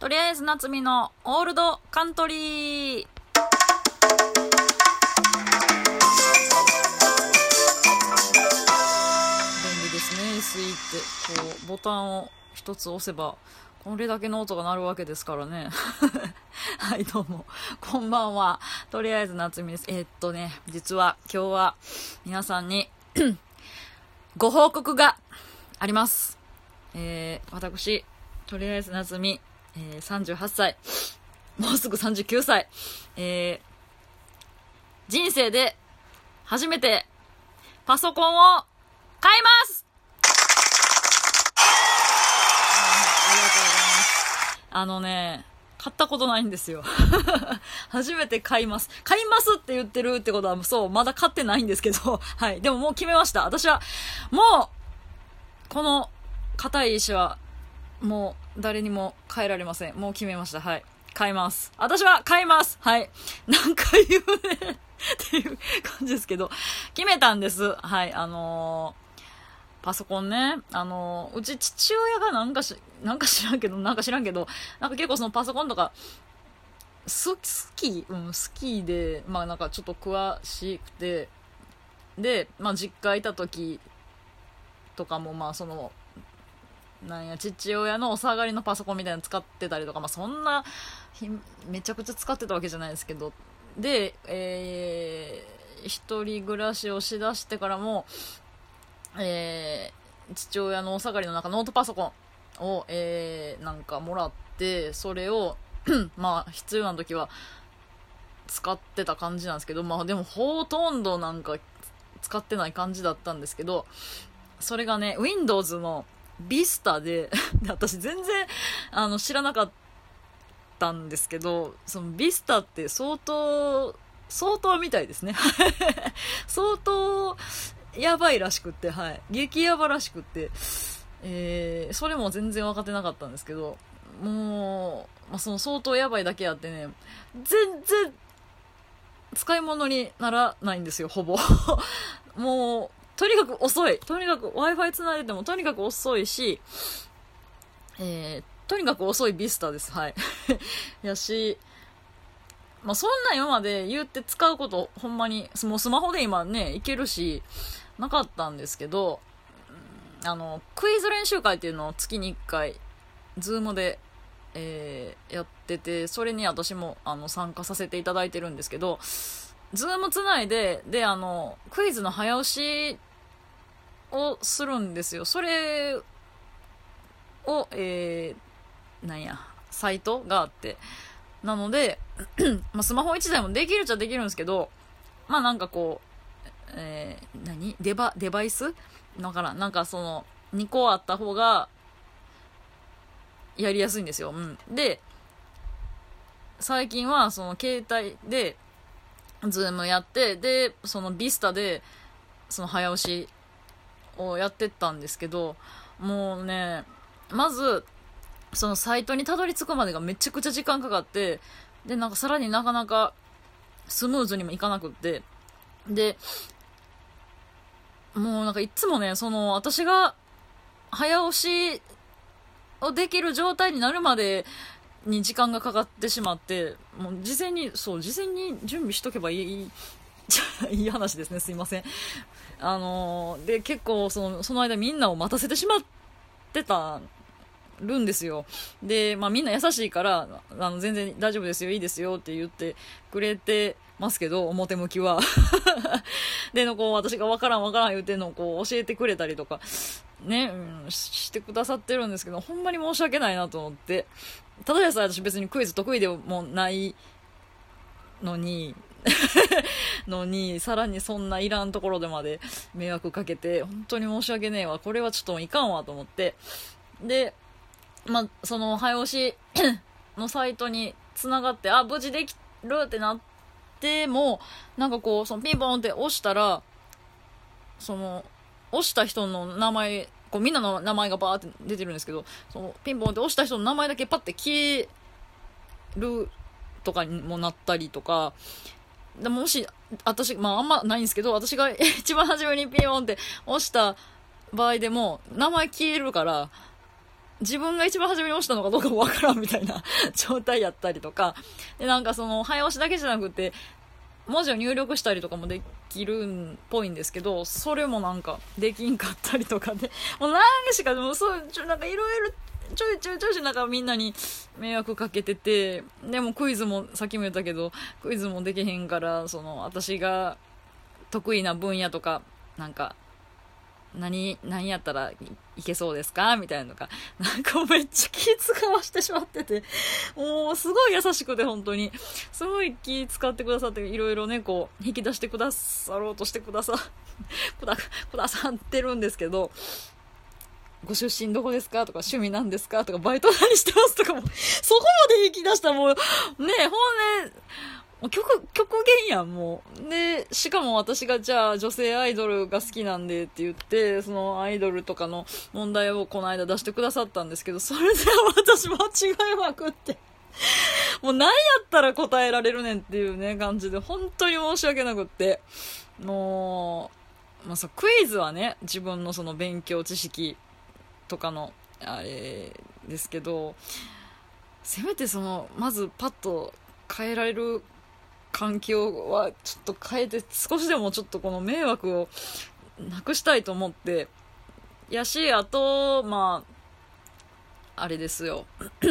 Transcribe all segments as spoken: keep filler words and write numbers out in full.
とりあえず夏美のオールドカントリー。便利ですね。 エスイー ってこうボタンを一つ押せばこれだけの音が鳴るわけですからねはいどうもこんばんは。とりあえず夏美です。えー、っとね実は今日は皆さんにご報告があります。えー、私とりあえず夏美、えー、さんじゅうはっさい、もうすぐさんじゅうきゅうさい、えー、人生で初めてパソコンを買います。ありがとうございます。あのね買ったことないんですよ初めて買います買いますって言ってるってことはそうまだ買ってないんですけどはいでももう決めました。私はもうこの硬い石はもう誰にも変えられません。もう決めました。はい買います。私は買います。はい何回言うねっていう感じですけど決めたんです。はいあのーパソコンね、あのうち父親がなんかしなんか知らんけどなんか知らんけどなんか結構そのパソコンとか好き、うん、好きでまあなんかちょっと詳しくてでまあ実家いた時とかもまあそのなんや父親のお下がりのパソコンみたいなの使ってたりとかまあそんなめちゃくちゃ使ってたわけじゃないですけどで、えー、一人暮らしをしだしてからもえー、父親のお下がりの中ノートパソコンを、えー、なんかもらってそれをまあ必要な時は使ってた感じなんですけどまあでもほとんどなんか使ってない感じだったんですけどそれがね Windows の Vista で私全然あの知らなかったんですけどその Vista って相当相当みたいですね相当やばいらしくって、はい、激ヤバらしくって、えー、それも全然分かってなかったんですけどもう、まあ、その相当やばいだけあってね全然使い物にならないんですよほぼもうとにかく遅いとにかく Wi-Fi つないでてもとにかく遅いし、えー、とにかく遅いビスタですはいやしまあ、そんな今まで言って使うことほんまにもうスマホで今ねいけるしなかったんですけどあのクイズ練習会っていうのを月にいっかいズームで、えー、やっててそれに私もあの参加させていただいてるんですけどズームつないでであのクイズの早押しをするんですよ。それを、えー、なんやサイトがあってなのでまあスマホいちだいもできるっちゃできるんですけどまあなんかこう、えー、何デバ、デバイスだからなんかそのにこあった方がやりやすいんですよ、うん、で最近はその携帯でズームやってでそのビスタでその早押しをやってったんですけどもうねまずそのサイトにたどり着くまでがめちゃくちゃ時間かかってでなんかさらになかなかスムーズにもいかなくってでもうなんかいつもねその私が早押しをできる状態になるまでに時間がかかってしまってもう事前にそう事前に準備しとけばいいいい話ですねすいませんあのー、で結構その、その間みんなを待たせてしまってたるんですよ。で、まあ、みんな優しいからあの全然大丈夫ですよいいですよって言ってくれてますけど表向きはでのこう私がわからんわからん言うてんのをこう教えてくれたりとかね、うん、してくださってるんですけどほんまに申し訳ないなと思ってただでさえ私別にクイズ得意でもないのにのにさらにそんないらんところでまで迷惑かけて本当に申し訳ねえわこれはちょっといかんわと思ってでまあ、その早押しのサイトにつながってあ無事できるってなってもなんかこうそのピンポンって押したらその押した人の名前こうみんなの名前がバーって出てるんですけどそのピンポンって押した人の名前だけパッて消えるとかにもなったりとかでもし私まああんまないんですけど私が一番初めにピンポンって押した場合でも名前消えるから自分が一番初めに押したのかどうかもわからんみたいな状態やったりとか、で、なんかその、早押しだけじゃなくて、文字を入力したりとかもできるんっぽいんですけど、それもなんかできんかったりとかで、もう何しか、でもそう、ちょ、なんかいろいろ、ちょいちょいちょいちょいなんかみんなに迷惑かけてて、でもクイズも、さっきも言ったけど、クイズもできへんから、その、私が得意な分野とか、なんか、何、何やったらい、いけそうですかみたいなのが、なんかめっちゃ気使わしてしまってて、もうすごい優しくて本当に、すごい気使ってくださって、いろいろね、こう、引き出してくださろうとしてくださ、くだ、くださってるんですけど、ご出身どこですかとか、趣味なんですかとか、バイト何してますとかも、そこまで引き出したらもう、ね、ほんね、極、極限やん、もう。で、しかも私がじゃあ女性アイドルが好きなんでって言って、そのアイドルとかの問題をこの間出してくださったんですけど、それで私間違えまくって。もう何やったら答えられるねんっていうね、感じで、本当に申し訳なくって。もう、まあ、そう、クイズはね、自分のその勉強知識とかの、あれですけど、せめてその、まずパッと変えられる環境はちょっと変えて、少しでもちょっとこの迷惑をなくしたいと思って、やし、あと、まあ、あれですよ。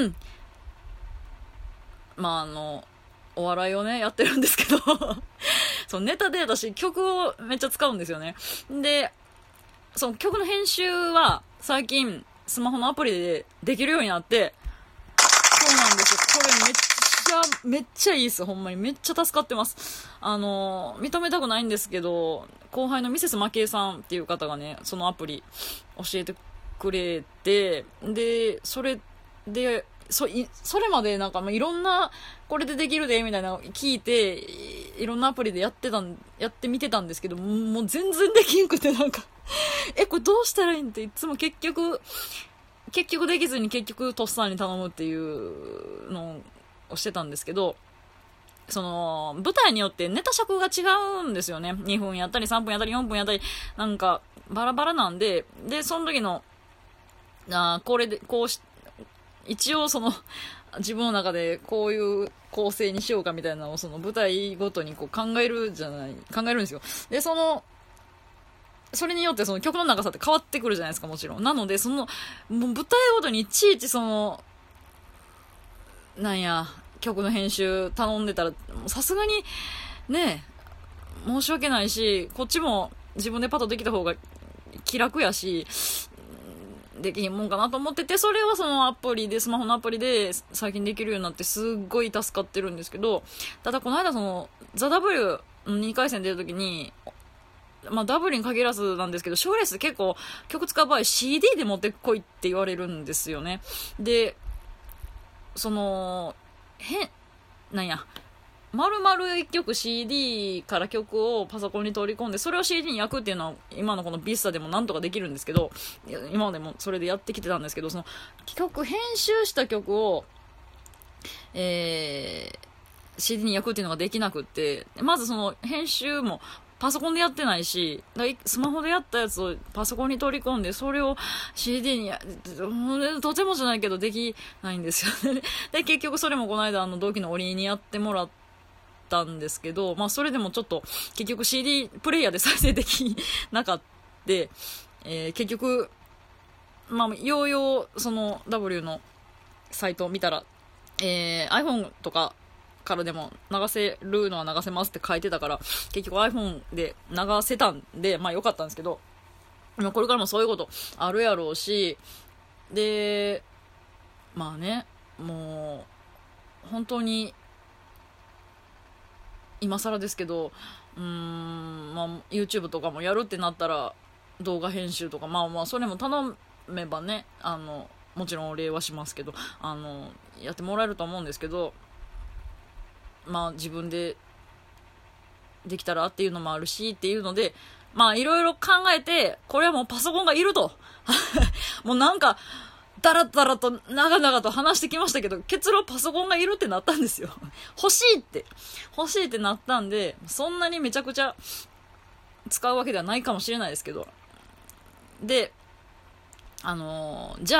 まあ、あの、お笑いをね、やってるんですけど、そのネタで私曲をめっちゃ使うんですよね。で、その曲の編集は最近スマホのアプリでできるようになって、そうなんですよ。これめっちゃ、めっちゃいいです。ほんまに。めっちゃ助かってます。あの、認めたくないんですけど、後輩のミセスマケイさんっていう方がね、そのアプリ教えてくれて、で、それで、そ、い、それまでなんかいろんな、これでできるで、みたいなの聞いて、いろんなアプリでやってたん、やってみてたんですけど、もう全然できんくてなんかえ、これどうしたらいいんっていつも結局、結局できずに結局とっさに頼むっていうのをしてたんですけど、その舞台によってネタ尺が違うんですよね。にふんやったりさんぷんやったりよんぷんやったりなんかバラバラなんで、でその時のあこれでこうし一応その自分の中でこういう構成にしようかみたいなのをその舞台ごとにこう考えるじゃない考えるんですよ。でそのそれによってその曲の長さって変わってくるじゃないですか、もちろん。なので、その、もう舞台ごとにいちいちその、なんや、曲の編集頼んでたら、さすがに、ね、申し訳ないし、こっちも自分でパッとできた方が気楽やし、できひんもんかなと思ってて、それはそのアプリで、スマホのアプリで最近できるようになってすっごい助かってるんですけど、ただこの間その、ザ・ W にかい戦出るときに、まあ、ダブルに限らずなんですけど、賞レース結構曲使う場合 シーディー で持ってこいって言われるんですよね。で、その、へん、なんや、丸々一曲 シーディー から曲をパソコンに取り込んで、それを シーディー に焼くっていうのは今のこのビスタでもなんとかできるんですけど、今までもそれでやってきてたんですけど、その曲、編集した曲を、えー、シーディー に焼くっていうのができなくって、まずその編集もパソコンでやってないし、スマホでやったやつをパソコンに取り込んで、それを シーディー にや、とてもじゃないけどできないんですよね。で、結局それもこの間あの同期のオリにやってもらったんですけど、まあそれでもちょっと結局 シーディー プレイヤーで再生できなかった、えー、結局、まあようようその W のサイトを見たら、えー、iPhone とかからでも流せるのは流せますって書いてたから、結局 iPhone で流せたんで、まあ良かったんですけど、これからもそういうことあるやろうし、で、まあね、もう、本当に、今更ですけど、うーん、まあ YouTube とかもやるってなったら、動画編集とか、まあまあそれも頼めばね、あの、もちろんお礼はしますけど、あの、やってもらえると思うんですけど、まあ自分でできたらっていうのもあるしっていうので、まあいろいろ考えて、これはもうパソコンがいると。もうなんか、だらだらと長々と話してきましたけど、結論パソコンがいるってなったんですよ。欲しいって。欲しいってなったんで、そんなにめちゃくちゃ使うわけではないかもしれないですけど。で、あのー、じゃあ、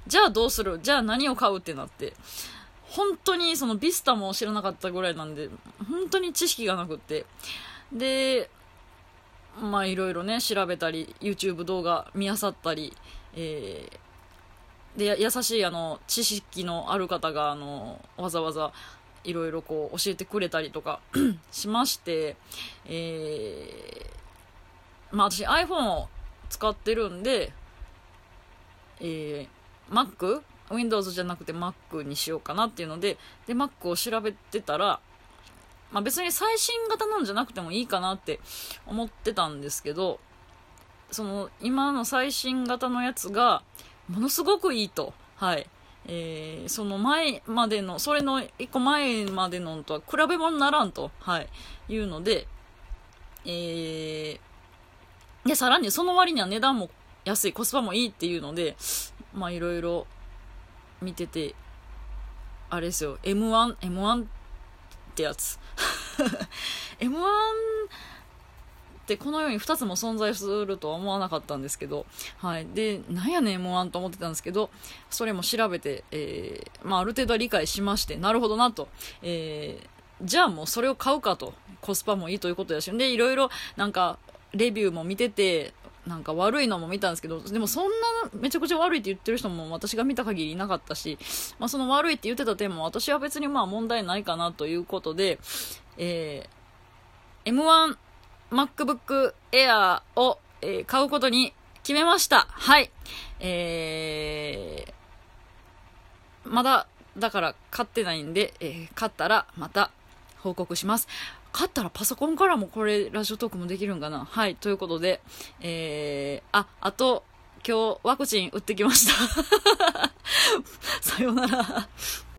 じゃあどうする、じゃあ何を買うってなって、本当にそのビスタも知らなかったぐらいなんで、本当に知識がなくって。で、まあいろいろね、調べたり、YouTube 動画見漁ったり、えー、で、優しいあの、知識のある方が、あの、わざわざ、いろいろこう教えてくれたりとかしまして、えー、まあ私 iPhone を使ってるんで、えー、Mac? Windows じゃなくて Mac にしようかなっていうので、で、Mac を調べてたら、まあ別に最新型なんじゃなくてもいいかなって思ってたんですけど、その今の最新型のやつがものすごくいいと。はい。えー、その前までの、それの一個前までのとは比べ物にならんと、はい、いうので、えー、で、さらにその割には値段も安い、コスパもいいっていうので、まあいろいろ見てて、あれですよ、エムワン、エムワン ってやつ。エムワン ってこのようにふたつも存在するとは思わなかったんですけど、はい。で、なんやねん エムワン と思ってたんですけど、それも調べて、えー、まあある程度は理解しまして、なるほどなと。えー、じゃあもうそれを買うかと。コスパもいいということやし、で、いろいろなんか、レビューも見てて、なんか悪いのも見たんですけど、でもそんなめちゃくちゃ悪いって言ってる人も私が見た限りいなかったし、まあその悪いって言ってた点も私は別にまあ問題ないかなということで、えー、エムワンMacBook Air を、えー、買うことに決めました。はい。えー、まだ、だから買ってないんで、えー、買ったらまた報告します。買ったらパソコンからもこれ、ラジオトークもできるんかな。はい。ということで、えー、あ、あと、今日ワクチン打ってきました。さようなら。